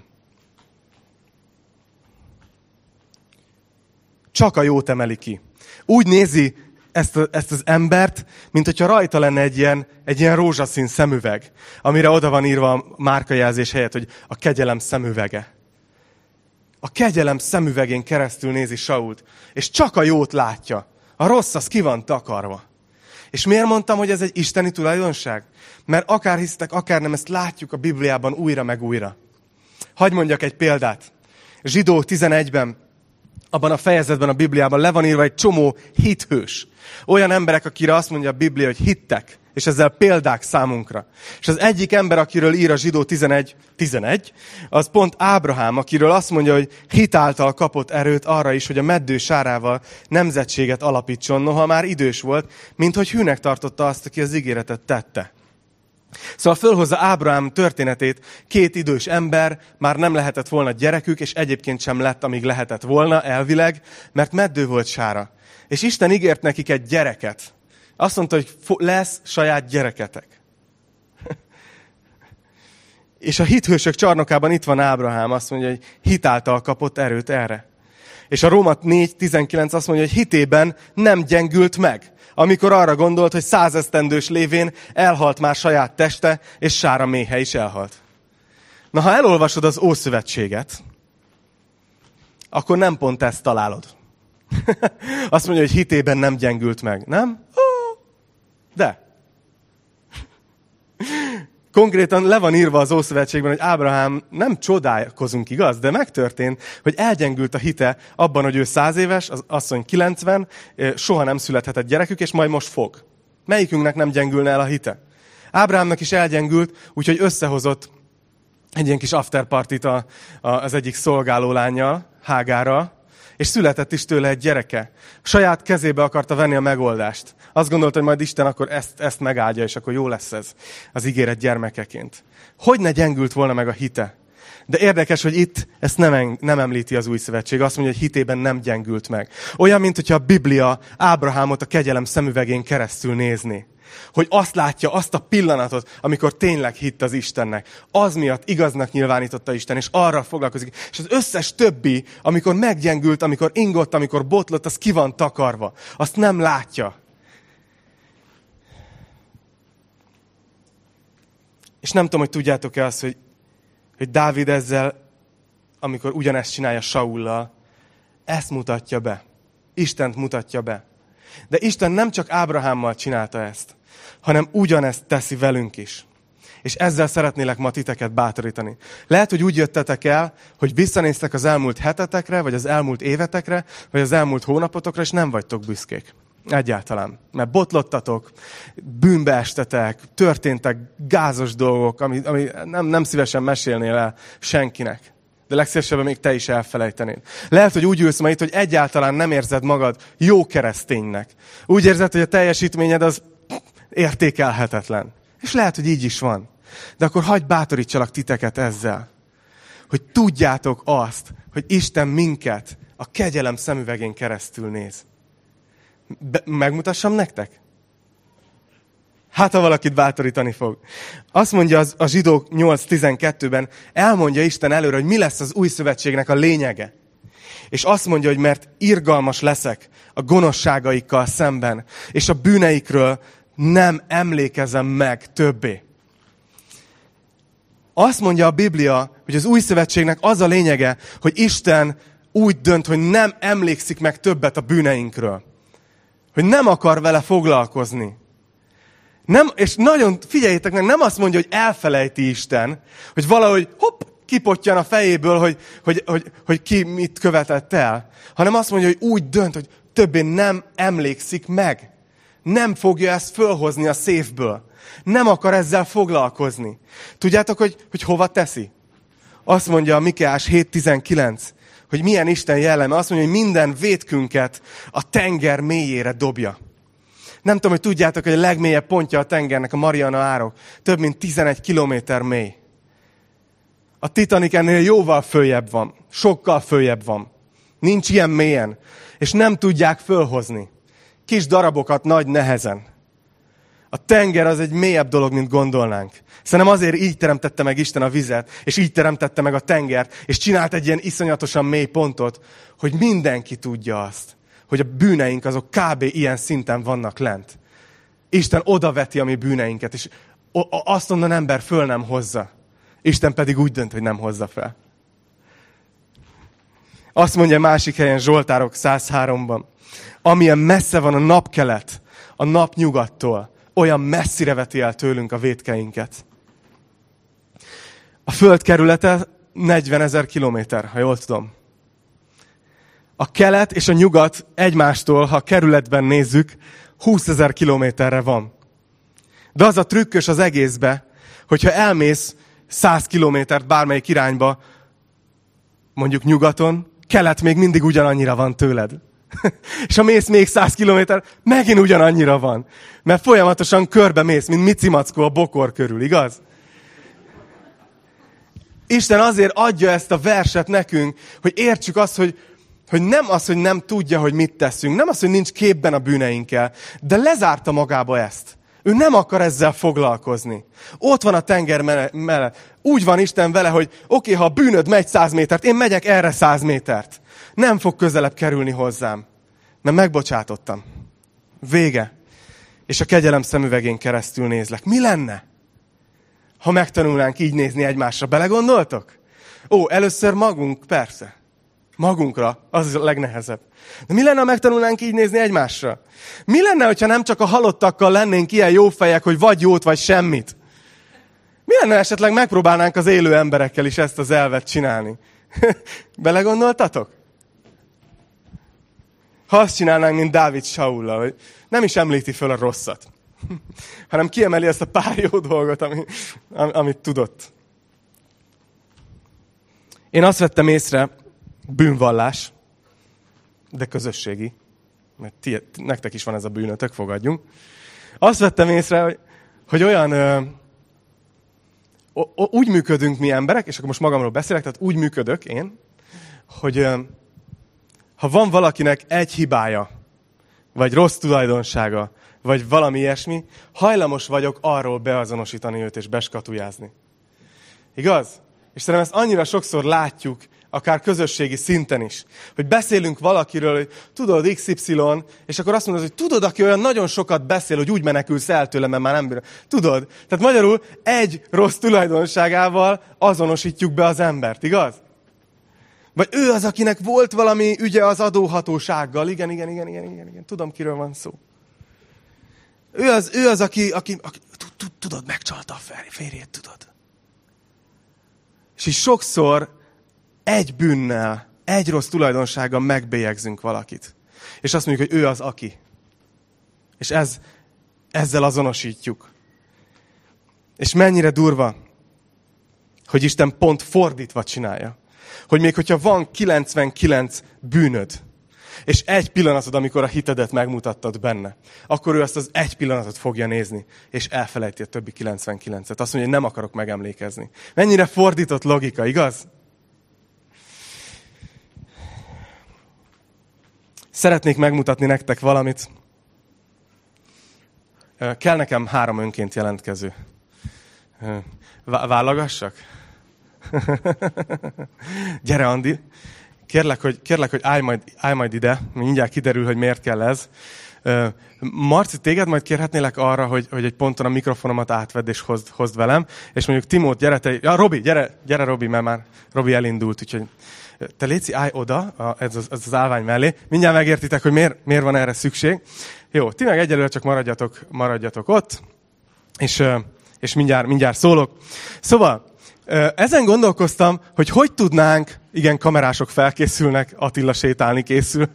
Csak a jót emeli ki. Úgy nézi ezt, a, ezt az embert, mint hogyha rajta lenne egy ilyen, egy ilyen rózsaszín szemüveg, amire oda van írva a márkajelzés helyett, hogy a kegyelem szemüvege. A kegyelem szemüvegén keresztül nézi Sault, és csak a jót látja. A rossz az ki van takarva. És miért mondtam, hogy ez egy isteni tulajdonság? Mert akár hisztek, akár nem, ezt látjuk a Bibliában újra meg újra. Hadd mondjak egy példát. Zsidó tizenegyben, abban a fejezetben a Bibliában le van írva egy csomó hithős. Olyan emberek, akire azt mondja a Biblia, hogy hittek, és ezzel példák számunkra. És az egyik ember, akiről ír a Zsidó tizenegy, tizenegy, az pont Ábrahám, akiről azt mondja, hogy hit által kapott erőt arra is, hogy a meddő sárával nemzetséget alapítson, noha már idős volt, mint hogy hűnek tartotta azt, aki az ígéretet tette. Szóval fölhozza Ábrahám történetét, két idős ember, már nem lehetett volna gyerekük, és egyébként sem lett, amíg lehetett volna elvileg, mert meddő volt sára. És Isten ígért nekik egy gyereket. Azt mondta, hogy lesz saját gyereketek. És a hithősök csarnokában itt van Ábrahám, azt mondja, hogy hitáltal kapott erőt erre. És a Róma négy tizenkilenc azt mondja, hogy hitében nem gyengült meg, amikor arra gondolt, hogy százesztendős lévén elhalt már saját teste, és sára méhe is elhalt. Na, ha elolvasod az Ószövetséget, akkor nem pont ezt találod. Azt mondja, hogy hitében nem gyengült meg, nem? De. Konkrétan le van írva az Ószövetségben, hogy Ábrahám, nem csodálkozunk, igaz, de megtörtént, hogy elgyengült a hite abban, hogy ő száz éves, az asszony kilencven, soha nem születhetett gyerekük, és majd most fog. Melyikünknek nem gyengülne el a hite? Ábrahámnak is elgyengült, úgyhogy összehozott egy ilyen kis afterpartit a, a, az egyik szolgálólánnyal, Hágárral, és született is tőle egy gyereke. Saját kezébe akarta venni a megoldást. Azt gondolta, hogy majd Isten akkor ezt, ezt megáldja, és akkor jó lesz ez az ígéret gyermekeként. Hogy ne gyengült volna meg a hite? De érdekes, hogy itt ezt nem, nem említi az Új Szövetség. Azt mondja, hogy hitében nem gyengült meg. Olyan, mint hogyha a Biblia Ábrahámot a kegyelem szemüvegén keresztül nézni. Hogy azt látja, azt a pillanatot, amikor tényleg hitt az Istennek. Az miatt igaznak nyilvánította Isten, és arra foglalkozik. És az összes többi, amikor meggyengült, amikor ingott, amikor botlott, az ki van takarva. Azt nem látja. És nem tudom, hogy tudjátok-e azt, hogy, hogy Dávid ezzel, amikor ugyanezt csinálja Saullal, ezt mutatja be. Istent mutatja be. De Isten nem csak Ábrahámmal csinálta ezt, hanem ugyanezt teszi velünk is. És ezzel szeretnélek ma titeket bátorítani. Lehet, hogy úgy jöttetek el, hogy visszanéztek az elmúlt hetetekre, vagy az elmúlt évetekre, vagy az elmúlt hónapotokra, és nem vagytok büszkék. Egyáltalán. Mert botlottatok, bűnbe estetek, történtek gázos dolgok, ami, ami nem, nem szívesen mesélnél el senkinek. De legszívesebben még te is elfelejtenéd. Lehet, hogy úgy ülsz ma itt, hogy egyáltalán nem érzed magad jó kereszténynek. Úgy érzed, hogy a teljesítményed az értékelhetetlen. És lehet, hogy így is van. De akkor hagyj bátorítsalak titeket ezzel. hogy tudjátok azt, hogy Isten minket a kegyelem szemüvegén keresztül néz. Be- megmutassam nektek? Hát, ha valakit bátorítani fog. Azt mondja az, a Zsidók nyolc tizenkettőben, elmondja Isten előre, hogy mi lesz az új szövetségnek a lényege. És azt mondja, hogy mert irgalmas leszek a gonoszságaikkal szemben, és a bűneikről nem emlékezem meg többé. Azt mondja a Biblia, hogy az új szövetségnek az a lényege, hogy Isten úgy dönt, hogy nem emlékszik meg többet a bűneinkről. Hogy nem akar vele foglalkozni. Nem, és nagyon, figyeljétek meg, nem azt mondja, hogy elfelejti Isten, hogy valahogy hopp, kipottyan a fejéből, hogy, hogy, hogy, hogy ki mit követett el. Hanem azt mondja, hogy úgy dönt, hogy többé nem emlékszik meg. Nem fogja ezt fölhozni a széfből. Nem akar ezzel foglalkozni. Tudjátok, hogy, hogy hova teszi? Azt mondja a Mikeás hét tizenkilenc, hogy milyen Isten jelleme. Azt mondja, hogy minden vétkünket a tenger mélyére dobja. Nem tudom, hogy tudjátok, hogy a legmélyebb pontja a tengernek a Mariana árok. Több mint tizenegy kilométer mély. A Titanic ennél jóval följebb van. Sokkal följebb van. Nincs ilyen mélyen. És nem tudják fölhozni. Kis darabokat nagy nehezen. A tenger az egy mélyebb dolog, mint gondolnánk. Szerintem azért így teremtette meg Isten a vizet, és így teremtette meg a tengert, és csinált egy ilyen iszonyatosan mély pontot, hogy mindenki tudja azt, hogy a bűneink azok kb. Ilyen szinten vannak lent. Isten odaveti a mi bűneinket, és azt onnan ember föl nem hozza. Isten pedig úgy dönt, hogy nem hozza fel. Azt mondja másik helyen Zsoltárok száz háromban, amilyen messze van a napkelet a napnyugattól, olyan messzire veti el tőlünk a vétkeinket. A föld kerülete negyvenezer kilométer, ha jól tudom. A kelet és a nyugat egymástól, ha a kerületben nézzük, húszezer kilométerre van. De az a trükkös az egészbe, hogyha elmész száz kilométert bármelyik irányba, mondjuk nyugaton, kelet még mindig ugyanannyira van tőled. És ha mész még száz kilométer, megint ugyanannyira van. Mert folyamatosan körbe mész, mint Micimackó a bokor körül, igaz? Isten azért adja ezt a verset nekünk, hogy értsük azt, hogy, hogy nem az, hogy nem tudja, hogy mit teszünk, nem az, hogy nincs képben a bűneinkkel, de lezárta magába ezt. Ő nem akar ezzel foglalkozni. Ott van a tenger mellett. Úgy van Isten vele, hogy oké, okay, ha a bűnöd megy száz métert, én megyek erre száz métert. Nem fog közelebb kerülni hozzám. Mert megbocsátottam. Vége. És a kegyelem szemüvegén keresztül nézlek. Mi lenne, ha megtanulnánk így nézni egymásra? Belegondoltok? Ó, először magunk, persze. Magunkra, az a legnehezebb. De mi lenne, ha megtanulnánk így nézni egymásra? Mi lenne, hogyha nem csak a halottakkal lennénk ilyen jó fejek, hogy vagy jót, vagy semmit? Mi lenne, esetleg megpróbálnánk az élő emberekkel is ezt az elvet csinálni? Belegondoltatok? Ha azt csinálnánk, mint Dávid Saullal, hogy nem is említi föl a rosszat, hanem kiemeli ezt a pár jó dolgot, ami, amit tudott. Én azt vettem észre, bűnvallás, de közösségi, mert ti, nektek is van ez a bűnötök, fogadjunk. Azt vettem észre, hogy, hogy olyan, ö, o, o, úgy működünk mi emberek, és akkor most magamról beszélek, tehát úgy működök én, hogy ö, ha van valakinek egy hibája, vagy rossz tulajdonsága, vagy valami ilyesmi, hajlamos vagyok arról beazonosítani őt és beskatujázni. Igaz? És szerintem ezt annyira sokszor látjuk, akár közösségi szinten is, hogy beszélünk valakiről, hogy tudod iksz ipszilon, és akkor azt mondod, hogy tudod, aki olyan nagyon sokat beszél, hogy úgy menekülsz el tőle, mert már nem bírja. Tudod? Tehát magyarul egy rossz tulajdonságával azonosítjuk be az embert, igaz? Vagy ő az, akinek volt valami ügye az adóhatósággal. Igen, igen, igen, igen, igen, igen. Tudom, kiről van szó. Ő az, ő az aki, aki, aki tudod, megcsalta a férjét, tudod. És így sokszor egy bűnnel, egy rossz tulajdonsággal megbélyegzünk valakit. És azt mondjuk, hogy ő az aki. És ez, ezzel azonosítjuk. És mennyire durva, hogy Isten pont fordítva csinálja. Hogy még hogyha van kilencvenkilenc bűnöd, és egy pillanatod, amikor a hitedet megmutattad benne, akkor ő azt az egy pillanatot fogja nézni, és elfelejti a többi kilencvenkilencet. Azt mondja, hogy nem akarok megemlékezni. Mennyire fordított logika, igaz? szeretnék megmutatni nektek valamit. Kell nekem három önként jelentkező. Vállagassak? Gyere, Andi. Kérlek, hogy, kérlek, hogy állj majd, állj majd ide. Mindjárt kiderül, hogy miért kell ez. Marci, téged majd kérhetnélek arra, hogy, hogy egy ponton a mikrofonomat átvedd és hozd, hozd velem. És mondjuk Timót, gyere te. Ja, Robi, gyere, gyere Robi, mert már Robi elindult. Úgyhogy te Léci, állj oda, a, ez, az, ez az állvány mellé. Mindjárt megértitek, hogy miért, miért van erre szükség. Jó, ti meg egyelőre csak maradjatok, maradjatok ott. És, és mindjárt, mindjárt szólok. Szóval, ezen gondolkoztam, hogy hogy tudnánk, igen, kamerások felkészülnek, Attila sétálni készül.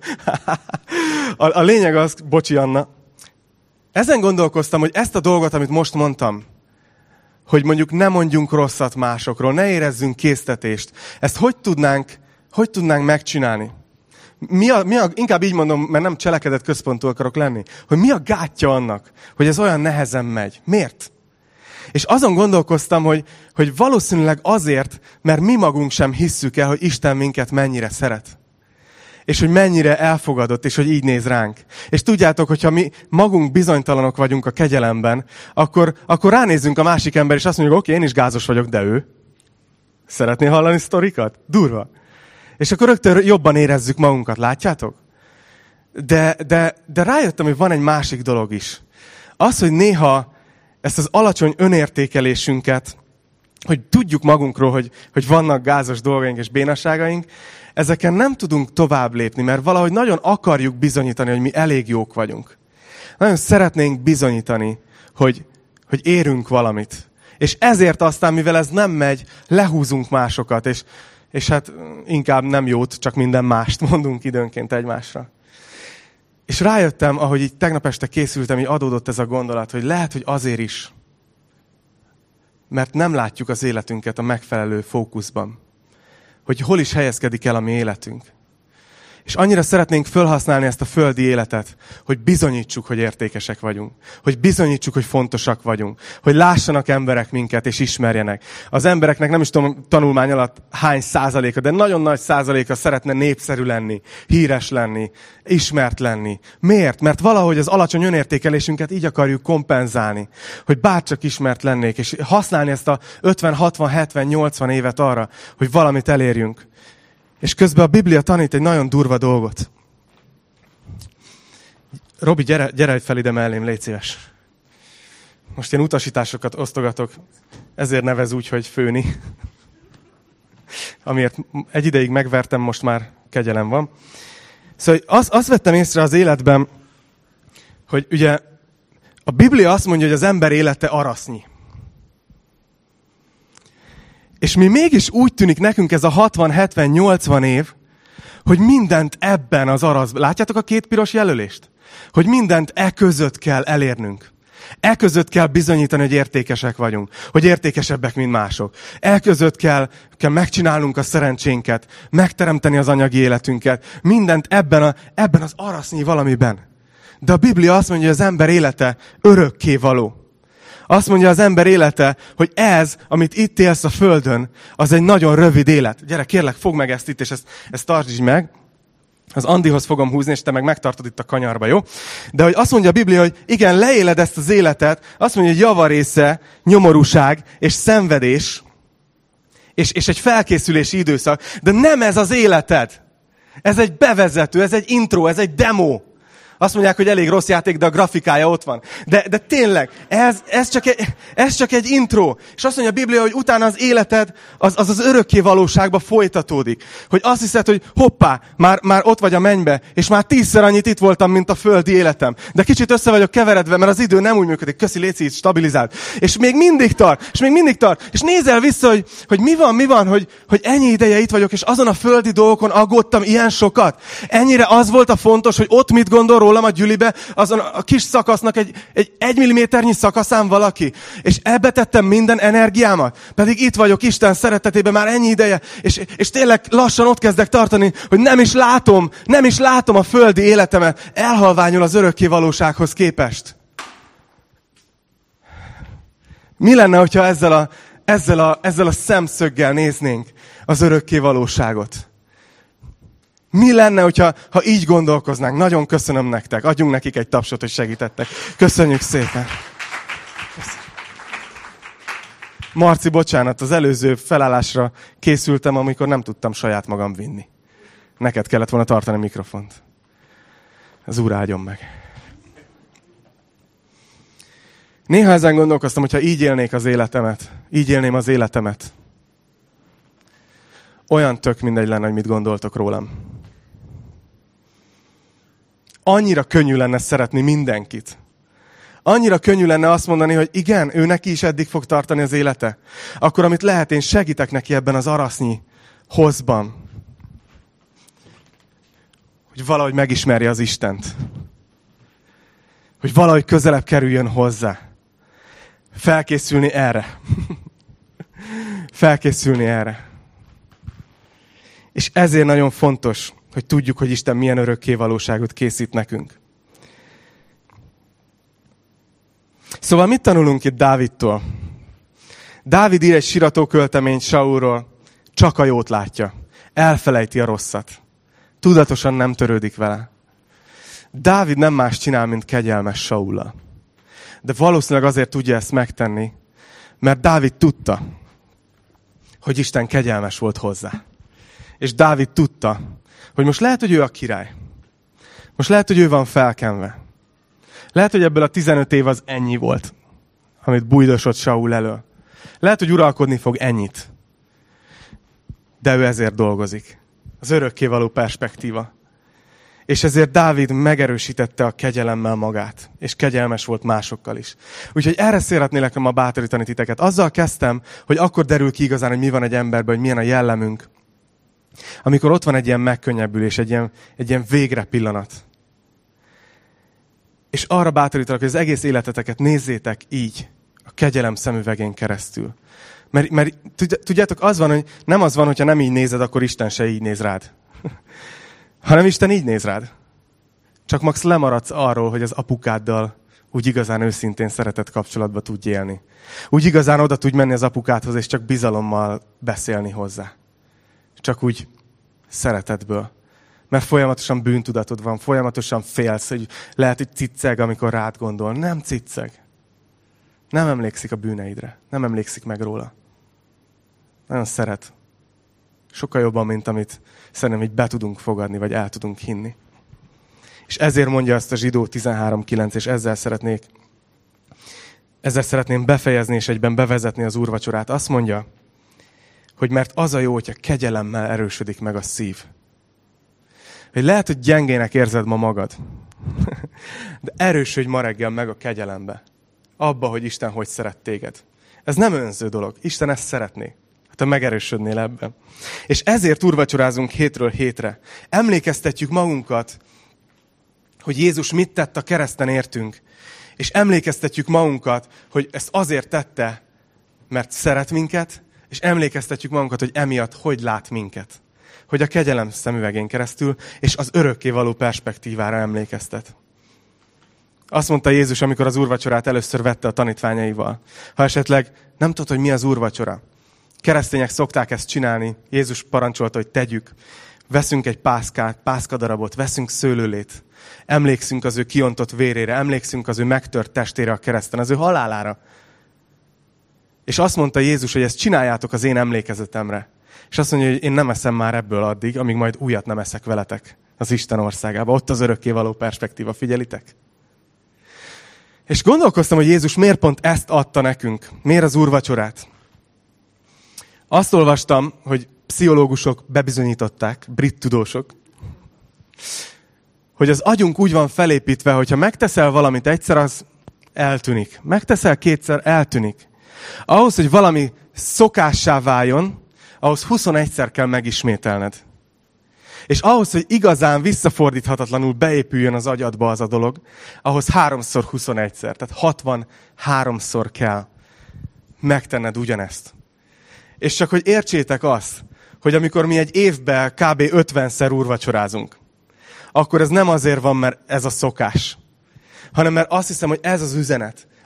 a, a lényeg az, bocsi Anna, ezen gondolkoztam, hogy ezt a dolgot, amit most mondtam, hogy mondjuk ne mondjunk rosszat másokról, ne érezzünk késztetést, ezt hogy tudnánk, hogy tudnánk megcsinálni? Mi a, mi a, inkább így mondom, mert nem cselekedet központú akarok lenni, hogy mi a gátja annak, hogy ez olyan nehezen megy. Miért? És azon gondolkoztam, hogy, hogy valószínűleg azért, mert mi magunk sem hisszük el, hogy Isten minket mennyire szeret. És hogy mennyire elfogadott, és hogy így néz ránk. És tudjátok, hogyha mi magunk bizonytalanok vagyunk a kegyelemben, akkor, akkor ránézzünk a másik ember, és azt mondjuk, oké, okay, én is gázos vagyok, de ő. Szeretnél hallani sztorikat? Durva. És akkor rögtön jobban érezzük magunkat, látjátok? De, de, de rájöttem, hogy van egy másik dolog is. Az, hogy néha ezt az alacsony önértékelésünket, hogy tudjuk magunkról, hogy, hogy vannak gázos dolgaink és bénaságaink, ezeken nem tudunk tovább lépni, mert valahogy nagyon akarjuk bizonyítani, hogy mi elég jók vagyunk. Nagyon szeretnénk bizonyítani, hogy, hogy érünk valamit. És ezért aztán, mivel ez nem megy, lehúzunk másokat, és, és hát inkább nem jót, csak minden mást mondunk időnként egymásra. És rájöttem, ahogy így tegnap este készültem, így adódott ez a gondolat, hogy lehet, hogy azért is, mert nem látjuk az életünket a megfelelő fókuszban. Hogy hol is helyezkedik el a mi életünk. És annyira szeretnénk felhasználni ezt a földi életet, hogy bizonyítsuk, hogy értékesek vagyunk. Hogy bizonyítsuk, hogy fontosak vagyunk. Hogy lássanak emberek minket, és ismerjenek. Az embereknek nem is tudom tanulmány alatt hány százaléka, de nagyon nagy százaléka szeretne népszerű lenni, híres lenni, ismert lenni. Miért? Mert valahogy az alacsony önértékelésünket így akarjuk kompenzálni. Hogy bárcsak ismert lennék, és használni ezt a ötven, hatvan, hetven, nyolcvan évet arra, hogy valamit elérjünk. És közben a Biblia tanít egy nagyon durva dolgot. Robi, gyere, gyere fel ide mellém, légy szíves. Most én utasításokat osztogatok, ezért nevez úgy, hogy főni. Amiért egy ideig megvertem, most már kegyelem van. Szóval azt, azt vettem észre az életben, hogy ugye a Biblia azt mondja, hogy az ember élete arasznyi. És mi mégis úgy tűnik nekünk ez a hatvan, hetven, nyolcvan év, hogy mindent ebben az araszban. Látjátok a két piros jelölést? Hogy mindent e között kell elérnünk. E között kell bizonyítani, hogy értékesek vagyunk. Hogy értékesebbek, mint mások. E között kell, kell megcsinálnunk a szerencsénket. Megteremteni az anyagi életünket. Mindent ebben, a, ebben az arasznyi valamiben. De a Biblia azt mondja, hogy az ember élete örökké való. Azt mondja az ember élete, hogy ez, amit itt élsz a földön, az egy nagyon rövid élet. Gyere, kérlek, fogd meg ezt itt, és ezt, ezt tartsd meg. Az Andihoz fogom húzni, és te meg megtartod itt a kanyarba, jó? De hogy azt mondja a Biblia, hogy igen, leéled ezt az életet, azt mondja, hogy javarésze, nyomorúság és szenvedés, és, és egy felkészülési időszak, de nem ez az életed. Ez egy bevezető, ez egy intro, ez egy demo. Azt mondják, hogy elég rossz játék, de a grafikája ott van. De, de tényleg, ez, ez, csak egy, ez csak egy intro. És azt mondja a Biblia, hogy utána az életed az az, az örökké valóságba folytatódik. Hogy azt hiszed, hogy hoppá, már, már ott vagy a mennybe, és már tízszer annyit itt voltam, mint a földi életem. De kicsit össze vagyok keveredve, mert az idő nem úgy működik. Köszi, léci, stabilizált. És még mindig tart, és még mindig tart. És nézel vissza, hogy, hogy mi van, mi van, hogy, hogy ennyi ideje itt vagyok, és azon a földi dolgokon aggódtam ilyen sokat. Ennyire az volt a fontos, hogy ott mit gondol rólam a gyülibe, azon a kis szakasznak egy, egy egy milliméternyi szakaszán valaki. És ebbe tettem minden energiámat. Pedig itt vagyok Isten szeretetében már ennyi ideje, és, és tényleg lassan ott kezdek tartani, hogy nem is látom, nem is látom a földi életemet. Elhalványul az örökké valósághoz képest. Mi lenne, hogyha ezzel a, ezzel a, ezzel a szemszöggel néznénk az örökké valóságot? Mi lenne, hogyha, ha így gondolkoznánk? Nagyon köszönöm nektek. Adjunk nekik egy tapsot, hogy segítettek. Köszönjük szépen. Marci, bocsánat, az előző felállásra készültem, amikor nem tudtam saját magam vinni. Neked kellett volna tartani a mikrofont. Az Úr áldjon meg. Néha ezen gondolkoztam, hogyha így élnék az életemet, így élném az életemet, olyan tök mindegy lenne, hogy mit gondoltok rólam. Annyira könnyű lenne szeretni mindenkit. Annyira könnyű lenne azt mondani, hogy igen, ő neki is eddig fog tartani az élete. Akkor, amit lehet, én segítek neki ebben az arasznyi hozban. Hogy valahogy megismerje az Istent. Hogy valahogy közelebb kerüljön hozzá. Felkészülni erre. Felkészülni erre. És ezért nagyon fontos, hogy tudjuk, hogy Isten milyen örökké valóságot készít nekünk. Szóval mit tanulunk itt Dávidtól? Dávid ír egy siratókölteményt Saulról, csak a jót látja. Elfelejti a rosszat. Tudatosan nem törődik vele. Dávid nem más csinál, mint kegyelmes Saullal. De valószínűleg azért tudja ezt megtenni, mert Dávid tudta, hogy Isten kegyelmes volt hozzá. És Dávid tudta, hogy most lehet, hogy ő a király. Most lehet, hogy ő van felkenve. Lehet, hogy ebből a tizenöt év az ennyi volt, amit bújdosott Saul elől. Lehet, hogy uralkodni fog ennyit. De ő ezért dolgozik. Az örökkévaló perspektíva. És ezért Dávid megerősítette a kegyelemmel magát. És kegyelmes volt másokkal is. Úgyhogy erre szeretnélek ma bátorítani titeket. Azzal kezdtem, hogy akkor derül ki igazán, hogy mi van egy emberben, hogy milyen a jellemünk. Amikor ott van egy ilyen megkönnyebbülés, egy ilyen, egy ilyen végre pillanat. És arra bátorítalak, hogy az egész életeteket nézzétek így, a kegyelem szemüvegén keresztül. Mert, mert tudjátok, az van, hogy nem az van, hogyha nem így nézed, akkor Isten se így néz rád. Hanem Isten így néz rád. Csak max lemaradsz arról, hogy az apukáddal úgy igazán őszintén szeretett kapcsolatba tudj élni. Úgy igazán oda tudj menni az apukádhoz, és csak bizalommal beszélni hozzá. Csak úgy szeretetből. Mert folyamatosan bűntudatod van, folyamatosan félsz, hogy lehet, hogy cicceg, amikor rád gondol. Nem cicceg. Nem emlékszik a bűneidre. Nem emlékszik meg róla. Nagyon szeret. Sokkal jobban, mint amit szerintem így be tudunk fogadni, vagy el tudunk hinni. És ezért mondja azt a Zsidó tizenhárom kilenc, és ezzel szeretnék, ezzel szeretném befejezni, és egyben bevezetni az úrvacsorát. Azt mondja, hogy mert az a jó, hogyha kegyelemmel erősödik meg a szív. Hogy lehet, hogy gyengének érzed ma magad. De erősödj ma reggel meg a kegyelembe. Abba, hogy Isten hogy szeret téged. Ez nem önző dolog. Isten ezt szeretné. Hát te megerősödnél ebben. És ezért úrvacsorázunk hétről hétre. Emlékeztetjük magunkat, hogy Jézus mit tett a kereszten értünk. És emlékeztetjük magunkat, hogy ezt azért tette, mert szeret minket, és emlékeztetjük magunkat, hogy emiatt hogy lát minket. Hogy a kegyelem szemüvegén keresztül, és az örökkévaló perspektívára emlékeztet. Azt mondta Jézus, amikor az úrvacsorát először vette a tanítványaival. Ha esetleg nem tudod, hogy mi az úrvacsora. Keresztények szokták ezt csinálni. Jézus parancsolta, hogy tegyük. Veszünk egy pászkát, pászkadarabot, veszünk szőlőlét. Emlékszünk az ő kiontott vérére, emlékszünk az ő megtört testére a kereszten, az ő halálára. És azt mondta Jézus, hogy ezt csináljátok az én emlékezetemre. És azt mondja, hogy én nem eszem már ebből addig, amíg majd újat nem eszek veletek az Isten országába. Ott az örökkévaló perspektíva, figyelitek? És gondolkoztam, hogy Jézus miért pont ezt adta nekünk? Miért az úrvacsorát? Azt olvastam, hogy pszichológusok bebizonyították, brit tudósok, hogy az agyunk úgy van felépítve, hogyha megteszel valamit egyszer, az eltűnik. Megteszel kétszer, eltűnik. Ahhoz, hogy valami szokássá váljon, ahhoz huszonegyszer kell megismételned. És ahhoz, hogy igazán visszafordíthatatlanul beépüljön az agyadba az a dolog, ahhoz háromszor huszonegyszer, tehát hatvanháromszor kell megtenned ugyanezt. És csak, hogy értsétek azt, hogy amikor mi egy évben kb. ötvenszer úrvacsorázunk, akkor ez nem azért van, mert ez a szokás, hanem mert azt hiszem, hogy ez az üzenet,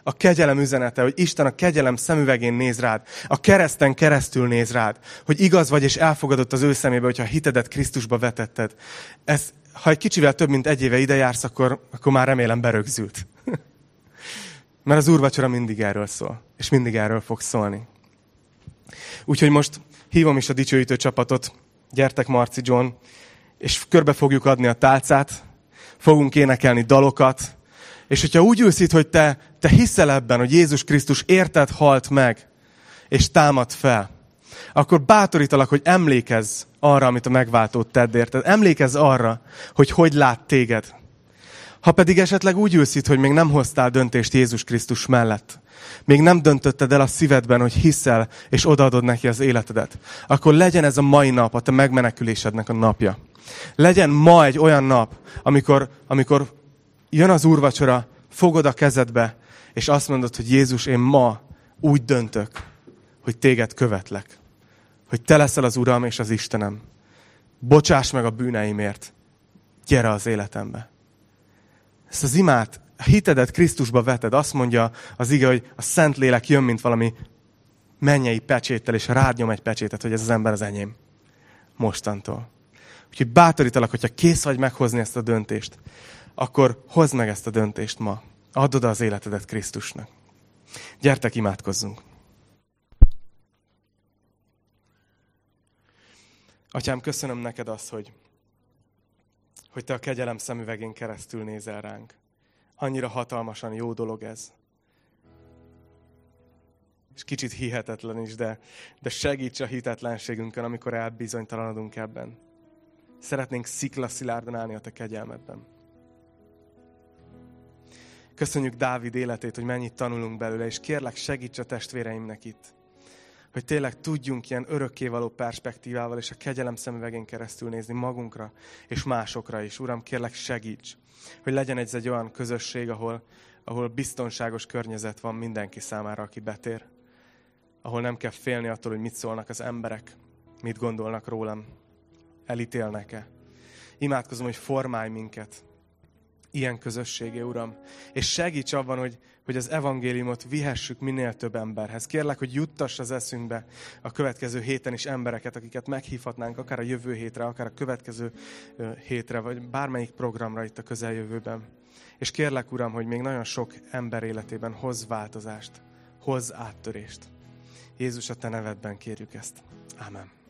a kegyelem üzenete, hogy Isten a kegyelem szemüvegén néz rád, a kereszten keresztül néz rád, hogy igaz vagy és elfogadott az ő szemébe, hogyha a hitedet Krisztusba vetetted. Ez, ha egy kicsivel több, mint egy éve ide jársz, akkor, akkor már remélem berögzült. Mert az úrvacsora mindig erről szól, és mindig erről fog szólni. Úgyhogy most hívom is a dicsőítő csapatot, gyertek Marci, John, és körbe fogjuk adni a tálcát, fogunk énekelni dalokat, és hogyha úgy ülsz itt, hogy te, te hiszel ebben, hogy Jézus Krisztus érted halt meg, és támad fel, akkor bátorítalak, hogy emlékezz arra, amit a megváltót tedd érted. Emlékezz arra, hogy hogy lát téged. Ha pedig esetleg úgy ülsz itt, hogy még nem hoztál döntést Jézus Krisztus mellett, még nem döntötted el a szívedben, hogy hiszel, és odaadod neki az életedet, akkor legyen ez a mai nap a te megmenekülésednek a napja. Legyen ma egy olyan nap, amikor, amikor jön az úrvacsora, fogod a kezedbe, és azt mondod, hogy Jézus, én ma úgy döntök, hogy téged követlek. Hogy te leszel az Uram és az Istenem. Bocsáss meg a bűneimért. Gyere az életembe. Ezt az imát, a hitedet Krisztusba veted. Azt mondja az ige, hogy a Szentlélek jön, mint valami mennyei pecséttel, és rád nyom egy pecsétet, hogy ez az ember az enyém. Mostantól. Úgyhogy bátorítalak, hogyha kész vagy meghozni ezt a döntést, akkor hozd meg ezt a döntést ma. Add oda az életedet Krisztusnak. Gyertek, imádkozzunk. Atyám, köszönöm neked azt, hogy, hogy te a kegyelem szemüvegén keresztül nézel ránk. Annyira hatalmasan jó dolog ez. És kicsit hihetetlen is, de, de segíts a hitetlenségünkön, amikor elbizonytalanodunk ebben. Szeretnénk sziklaszilárdan állni a te kegyelmedben. Köszönjük Dávid életét, hogy mennyit tanulunk belőle, és kérlek, segíts a testvéreimnek itt. Hogy tényleg tudjunk ilyen örökkévaló perspektívával és a kegyelem szemüvegén keresztül nézni magunkra és másokra is. Uram, kérlek, segíts, hogy legyen ez egy olyan közösség, ahol, ahol biztonságos környezet van mindenki számára, aki betér. Ahol nem kell félni attól, hogy mit szólnak az emberek, mit gondolnak rólam, elítélnek-e. Imádkozom, hogy formálj minket ilyen közösségé, Uram. És segíts abban, hogy, hogy az evangéliumot vihessük minél több emberhez. Kérlek, hogy juttass az eszünkbe a következő héten is embereket, akiket meghívhatnánk, akár a jövő hétre, akár a következő hétre, vagy bármelyik programra itt a közeljövőben. És kérlek, Uram, hogy még nagyon sok ember életében hoz változást, hoz áttörést. Jézus, a te nevedben kérjük ezt. Ámen.